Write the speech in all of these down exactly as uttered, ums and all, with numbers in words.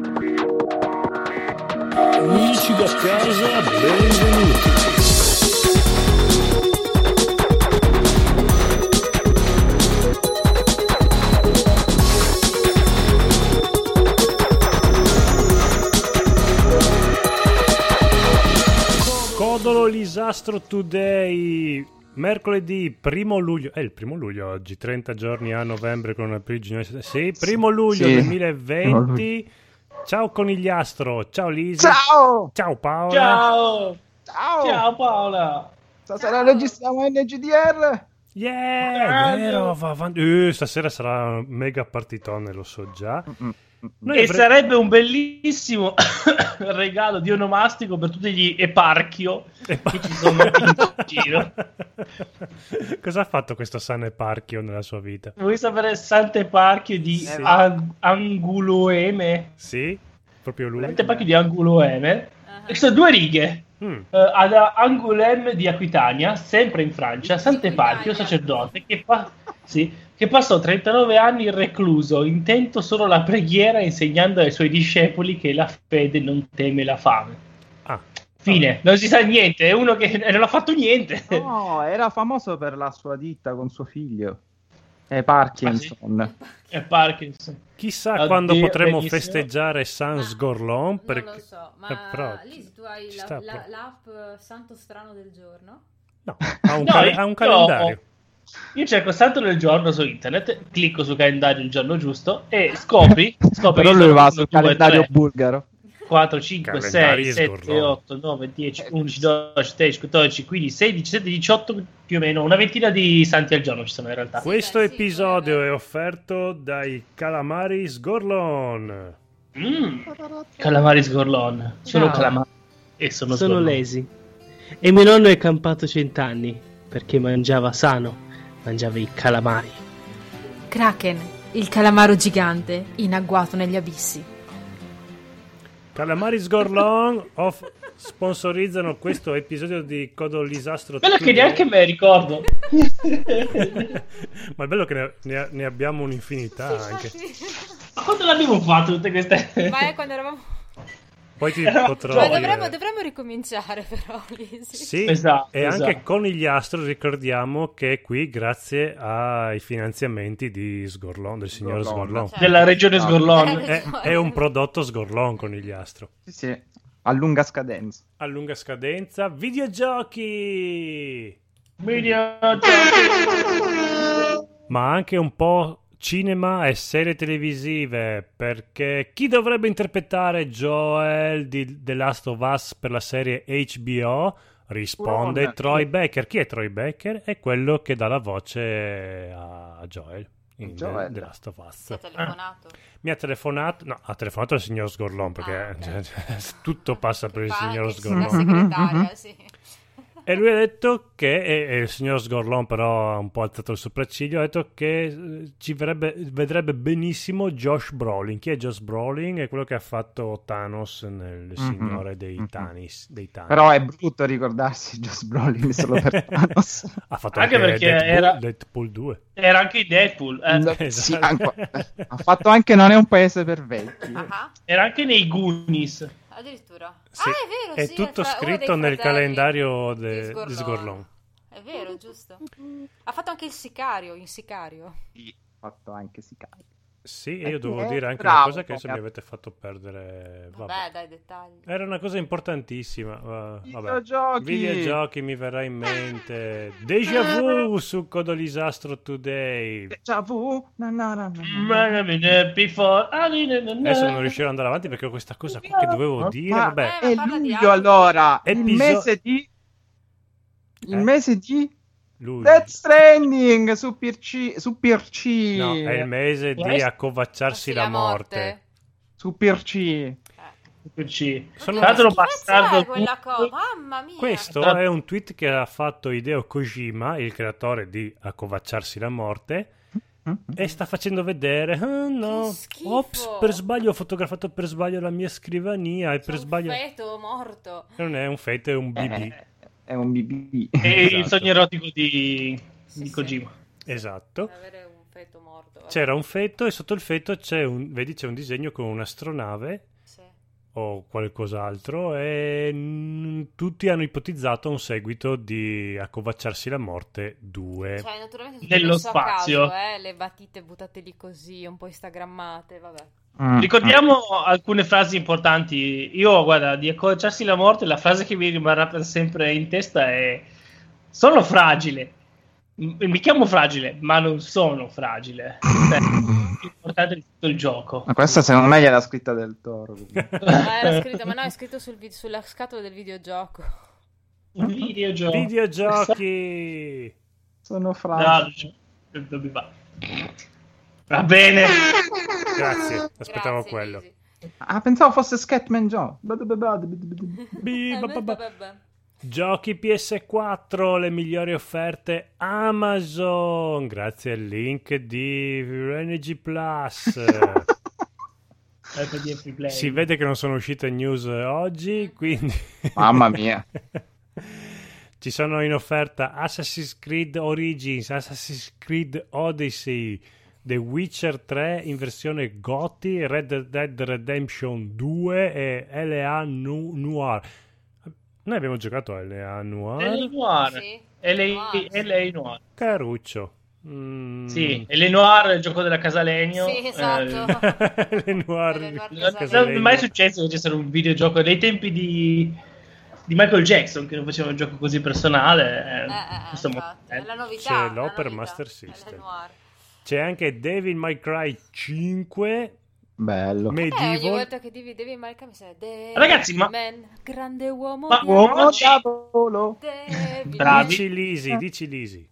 Amici da casa, benvenuti. Codolo Lisastro Today, mercoledì primo luglio, è il primo luglio oggi, trenta giorni a novembre con una prigine, sì, primo luglio sì. duemilaventi. Ciao Conigliastro, ciao Lisa. Ciao! Ciao Paola. Ciao! Ciao! Ciao Paola! Stasera registriamo N G D R. Yeah, è vero, va avanti. Uh, stasera sarà un mega partitone, lo so già. Noi E avre- sarebbe un bellissimo regalo di onomastico per tutti gli eparchio E pa- che ci sono in giro. Cosa ha fatto questo San Eparchio nella sua vita? Vuoi sapere Sant'Eparchio di Sì. An- Anguloeme? Sì, proprio lui. Sant'Eparchio di Anguloeme. E ci sono due righe. Mm. Eh, ad Angoulême di Aquitania, sempre in Francia, Sant'Eparchio, sacerdote, che, pa- sì, che passò trentanove anni recluso, intento solo alla preghiera, insegnando ai suoi discepoli che la fede non teme la fame. Ah, Fine, non si sa niente, è uno che non ha fatto niente. No, era famoso per la sua ditta con suo figlio. E Parkinson. È Parkinson. chissà Oddio, quando potremo benissimo. festeggiare San Ma- Sgorlon. Perché... Non lo so, ma eh, però- Lisi, tu hai ci la- sta, la- però. l'app eh, Santo Strano del giorno? No, ha un, No, cal- io- ha un calendario. Io cerco santo del giorno su internet, clicco sul calendario il giorno giusto e scopri, scopri Però che lui sono va uno, sul due, calendario tre, bulgaro. quattro, cinque, Calendari sei, sette, sgorloni. otto, nove, dieci, undici, dodici, tredici, quattordici, quindici, sedici, diciassette, diciotto, più o meno una ventina di santi al giorno ci sono in realtà. Questo dai, sì, episodio quello- è offerto dai calamari Sgorlon. Mm. Calamari sgorlon, sono Ciao. calamari e sono, Sono sgorlon. lesi. E mio nonno è campato cent'anni perché mangiava sano, mangiava i calamari. Kraken, il calamaro gigante in agguato negli abissi. Calamari Sgorlon off- sponsorizzano questo episodio di Codolo Lisastro. Quello che Today. neanche me ricordo. Ma è bello che ne, ne- ne abbiamo un'infinità anche. Ma quando l'abbiamo fatto tutte queste? Ma è quando eravamo... Poi ti Ma potrò Ma dire- dovremmo, dovremmo ricominciare però, Lisi. Sì, Esatto, e anche esatto. Conigliastro ricordiamo che è qui grazie ai finanziamenti di Sgorlon, del signor Sgorlon. Sgorlon. Certo. Della regione No. sgorlon. È, è un prodotto Sgorlon, Conigliastro. Sì, sì. A lunga scadenza. A lunga scadenza, videogiochi! Videogiochi. Ma anche un po' cinema e serie televisive, perché chi dovrebbe interpretare Joel di The Last of Us per la serie H B O? Risponde Buona. Troy Baker. Chi è Troy Baker? È quello che dà la voce a Joel in Joel. The Last of Us. Ti ha telefonato? Mi ha telefonato, no, ha telefonato il signor Sgorlon, perché Ah, ok. cioè, tutto passa per il Fa signor anche Sgorlon. La segretaria, sì. E lui ha detto che, e, e il signor Sgorlon però ha un po' alzato il sopracciglio, ha detto che eh, ci vedrebbe, vedrebbe benissimo Josh Brolin. Chi è Josh Brolin? È quello che ha fatto Thanos nel Signore dei mhm. Tanis. Dei Thanos. Però è brutto ricordarsi Josh Brolin solo per Thanos. Ha fatto Anche anche, perché Deadpool, era- Deadpool due. Era anche in Deadpool. eh. No, esatto. sì, anche- ha fatto anche Non è un paese per vecchi. Ah, Era anche nei Goonies. addirittura. Sì, Ah, è vero, è sì, tutto è fra- uno scritto dei nel fratelli calendario de- di di Sgorlon. È vero, giusto. Ha fatto anche il sicario, in sicario. Ha fatto anche Sicario. Sì, e io Eh, devo eh, dire anche bravo, una cosa che adesso mi Tom. avete fatto perdere. Vabbè. Vabbè, dai, dettagli. Era una cosa importantissima. uh, vabbè. Videogiochi. Videogiochi mi verrà in mente. Déjà vu su Codolisastro Today. Déjà vu. Na, na, na, na, na. Before... Adesso non riuscirò ad andare avanti perché ho questa cosa qui che dovevo dire. Ma Vabbè, Eh, è ma parla di luglio altro. allora. Il Episo- mese di... Il Eh? mese di... lui. Death Stranding su P C. Su P C. No, è il mese di Questo- accovacciarsi la morte. Su P C. Sono- Tra l'altro Che cazzo bastardo è quella cosa? Mamma mia. Questo Tra- è un tweet che ha fatto Hideo Kojima, il creatore di Accovacciarsi la morte, e sta facendo vedere, ah no, Che schifo. ops, per sbaglio ho fotografato per sbaglio la mia scrivania e C'è per un sbaglio... feto morto. Non è un feto, è un B B. Eh, È un B B. È il Esatto. sogno erotico di, Sì, di sì. Kojima. Esatto. Avere un feto morto. vabbè. C'era un feto e sotto il feto c'è un, vedi, c'è un disegno con un'astronave o qualcos'altro, e mh, tutti hanno ipotizzato un seguito di Accovacciarsi la morte due. Cioè, naturalmente tutto Nello messo a spazio. caso, eh, le battite buttate lì così, un po' instagrammate, vabbè. Mm. Ricordiamo alcune frasi importanti. Io, guarda, di Accovacciarsi la morte, la frase che mi rimarrà per sempre in testa è: sono fragile. M- Mi chiamo fragile, ma non sono fragile. Cioè, è più importante di tutto il gioco. Ma questa secondo me gliel'ha scritta del Toro. Ma era scritto, ma no, è scritto sul vi- sulla scatola del videogioco. Un videogioco. Videogiochi! Sono No, fragili. non dove va. Va bene. Grazie, aspettavo Grazie, quello. Lisi. Ah, pensavo fosse Scatman Joe. Bi- Eh, ba- ba- ba. vabbè. Giochi P S quattro, le migliori offerte Amazon, grazie al link di Energy Plus. Eh, per dire free play. Si vede che non sono uscite news oggi, quindi Mamma mia. ci sono in offerta Assassin's Creed Origins, Assassin's Creed Odyssey, The Witcher tre in versione G O T Y, Red Dead Redemption due e L A Nu- Noir. Noi abbiamo giocato a L A L A Noir. Noir. Sì. L A Noir. L A Noir. Caruccio. Mm. Sì, L A Noir è il gioco della Casalegno. Sì, esatto. Le Noir. Le Noir Eh, Casalegno. non è mai successo che ci sia un videogioco dei tempi di, di Michael Jackson, che non faceva un gioco così personale. eh, Eh, eh, questo è molto infatti, bello. è la novità. Ce l'ho la per novità. Master È la System. Noir. C'è anche Devil May Cry cinque, Bello. Eh, ogni Medieval. volta che devi, devi marcare mi sembra Ragazzi, ma- Man, grande uomo Ma- di Uomo oggi- diavolo. David. Bravi. Dici Lisi, dici Lisi.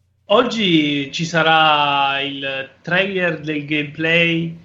Oggi ci sarà il trailer del gameplay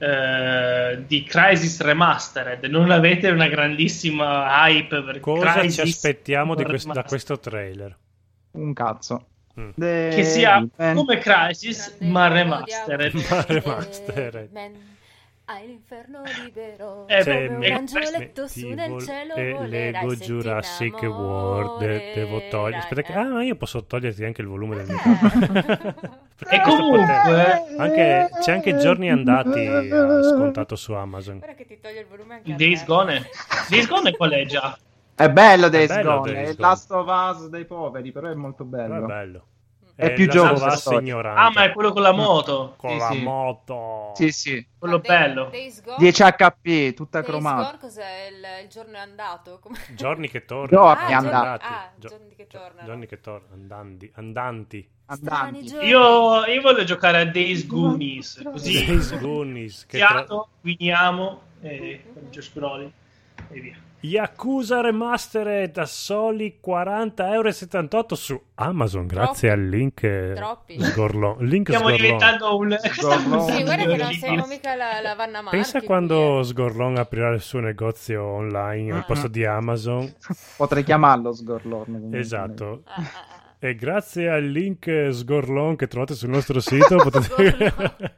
eh, di Crysis Remastered. Non avete una grandissima hype per Cosa Crysis ci aspettiamo di quest- da Remastered? questo trailer? Un cazzo. Mm. Che sia Man. come Crysis, Grande ma uomo remastered. diavolo, Ma remastered. Man, hai l'inferno libero, Eh, C'è come un e- angioletto su nel Medieval cielo e volerai Lego se ti Jurassic World. Devo togliere. Aspetta, che... innamorerai. ah, ma io posso toglierti anche il volume del Eh. microfono. E comunque, Anche, c'è anche Giorni Andati eh, scontato su Amazon. Guarda che ti toglie il volume anche a Days te. Gone. Days Gone qual è già? È bello Days È bello Gone, Days è il Gone. Last of Us dei poveri, però è molto Però bello. è bello. È più la giovane Sova storia. ignorante. Ah, ma è quello con la moto. Con Sì, la sì. moto. Sì, sì. Quello Ma Day- bello. Days Gone? dieci acca pi, tutta Days cromata. Gone cos'è? Il, il giorno è andato? Come... Giorni che tornano. Giorni Ah, andati. Ah, Gio- giorni che gio- tornano. Giorni che tornano. Andanti. Andanti. Andanti. giorni. Io, io voglio giocare a Days Goonies. Così Days Goonies. Che tra- iniziato, guiniamo e con Josh Brolin e via. Yakuza Remastered a soli quaranta e settantotto euro su Amazon, grazie Troppi. al link eh, Troppi. Sgorlon. Link Stiamo Sgorlon. diventando un... Sgorlon. Sì, guarda che non Sì, siamo mica la, la Vanna Marchi. Pensa qui, quando eh. Sgorlon aprirà il suo negozio online al posto di Amazon. Potrei chiamarlo Sgorlone. comunque. Esatto. Ah, ah, ah. E grazie al link eh, Sgorlon che trovate sul nostro sito potete...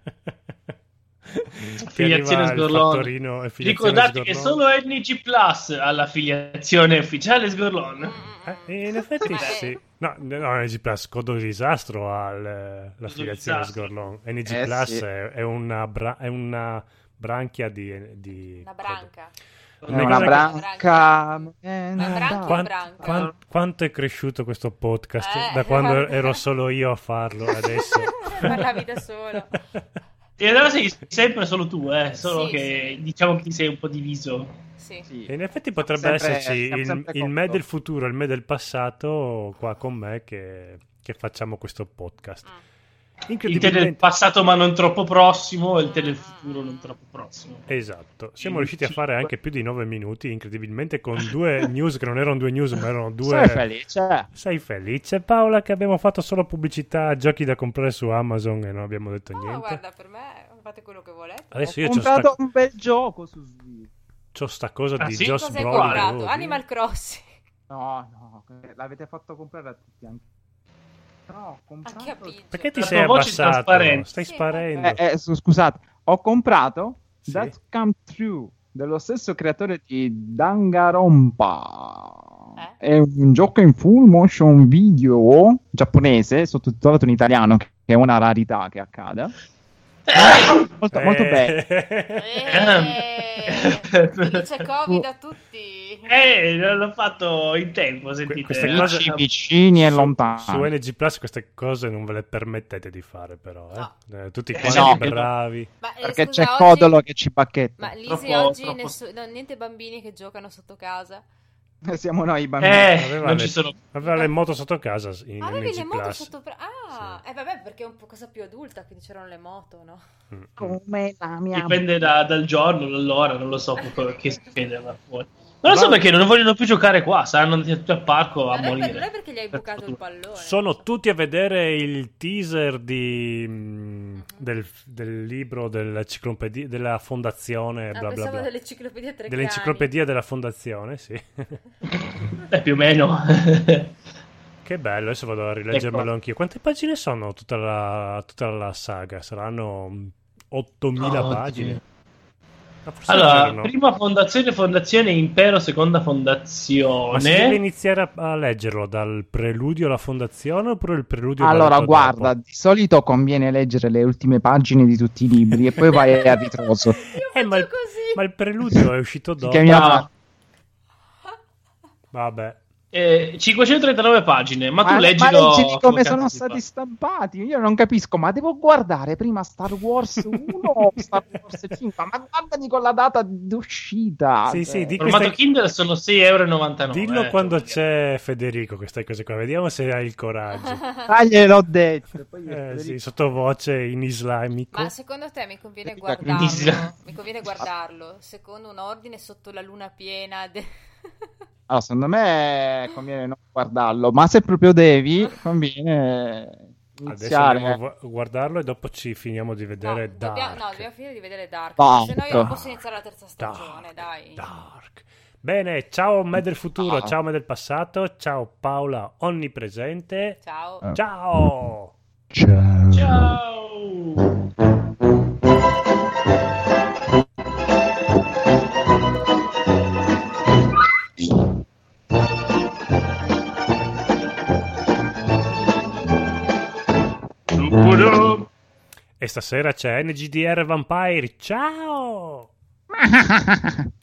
Ti Affiliazione arriva il Sgorlon. fattorino, affiliazione Ricordate che Sgorlon. solo N G Plus ha l'affiliazione ufficiale Sgorlon. Eh, in effetti Ma è- sì. No, no, N G Plus, Codo Disastro ha l- l'affiliazione Disastro. Sgorlon. N G Eh, Plus sì. è, è una bra- è una branchia di... di Una branca. È Una una cosa branca. Una branca. Quan- branca. quan- quanto è cresciuto questo podcast Eh. da quando ero solo io a farlo adesso. Parlavi da solo. In realtà sei sempre solo tu, eh, solo Sì, che sì. diciamo che ti sei un po' diviso. Sì. Sì. E in effetti potrebbe Sempre- esserci siamo il, sempre il contro. me del futuro e il me del passato qua con me che, che facciamo questo podcast. Mm. Il te del Incredibilmente. passato ma non troppo prossimo e il te del futuro non troppo prossimo. Esatto, siamo In riusciti a fare cinque. anche più di nove minuti, incredibilmente, con due news che non erano due news, ma erano due. Sei felice? Sei felice, Paola, che abbiamo fatto solo pubblicità a giochi da comprare su Amazon e non abbiamo detto No, niente? guarda, per me fate quello che volete. Adesso Ho io c'ho comprato sta, un bel gioco su Switch. c'ho sta cosa Ah, di sì? Josh Cosa hai Brolin. comprato? oh, Animal Crossing. No, no, l'avete fatto comprare a tutti anche. No, ho comprato. Anche a Pidgio. Perché ti La sei tua voce abbassato? trasparente. Stai Sì, sparendo. Eh, eh, su- scusate, ho comprato Sì. That Come True dello stesso creatore di Danganronpa. Eh? È un gioco in full motion video giapponese, sottotitolato in italiano, che è una rarità che accada. molto, molto bene. Eh, c'è Covid a tutti. Eh, l'ho fatto in tempo, sentite. Queste cose Amici vicini e su, lontani. su N G Plus queste cose non ve le permettete di fare, però. Eh? No. Eh, tutti Eh, quanti no. bravi. Ma, eh, Perché scusa, c'è oggi- Codolo che ci bacchetta. Ma Lisi Troppo- oggi troppo- nessu- no, niente bambini che giocano sotto casa. Siamo noi i bambini. Eh, Aveva non le- ci sono. Aveva le moto sotto casa in Avevi N G le moto Plus. sotto pra- Ah, eh vabbè, perché è un po' cosa più adulta, quindi c'erano le moto, no? Mm, mm. Come la mia Dipende da- dal giorno, dall'ora, non lo so proprio che succede là fuori. Non lo so Ma- perché non vogliono più giocare qua, saranno andati tutti al parco a Non è, per- non morire. è perché gli hai bucato il pallone. Sono tutti a vedere il teaser di, mm, del, del libro dell'enciclopedia della fondazione, Ah, bla bla pensavo bla. dell'enciclopedia Treccani. Dell'enciclopedia della fondazione, sì. Eh, più o meno. Che bello, adesso vado a rileggermelo Ecco. anch'io. Quante pagine sono tutta la, tutta la saga? Saranno mm, ottomila Oddio. pagine? Ma forse Allora, erano- prima fondazione, fondazione, impero, seconda Ma si deve fondazione. iniziare a, a leggerlo dal preludio alla fondazione oppure il preludio Allora, va guarda, dopo? di solito conviene leggere le ultime pagine di tutti i libri e poi vai a ritroso. Io Eh, ma, il, faccio così. ma il preludio è uscito Si dopo. chiama- No, Vabbè. eh, cinquecentotrentanove pagine, ma tu Ma, leggilo ma leggili come come sono cazzo si stati fa. stampati. Io non capisco, ma devo guardare prima Star Wars uno o Star Wars cinque? Ma guardami con la data d'uscita. Sì, cioè. sì, di Formato queste- Kindle sono sei e novantanove euro. Dillo eh, quando cioè, c'è Federico queste cose qua. Vediamo se hai il coraggio. Ah, gliel'ho detto. Poi Eh, sì, sottovoce in islamico. Ma secondo te mi conviene Significa guardarlo? crisi. Mi conviene guardarlo secondo un ordine sotto la luna piena? de- Allora, secondo me conviene non guardarlo, ma se proprio devi, conviene Adesso iniziare. andiamo a gu- guardarlo e dopo ci finiamo di vedere no, Dark. dobbiamo, no, dobbiamo finire di vedere Dark. Dark. Se no io non posso iniziare la terza stagione, Dark, dai. Dark. Bene, ciao me del futuro, Ah. ciao me del passato, ciao Paola onnipresente. Ciao. Eh. Ciao! Ciao. Ciao! E stasera c'è N G D R Vampire. Ciao!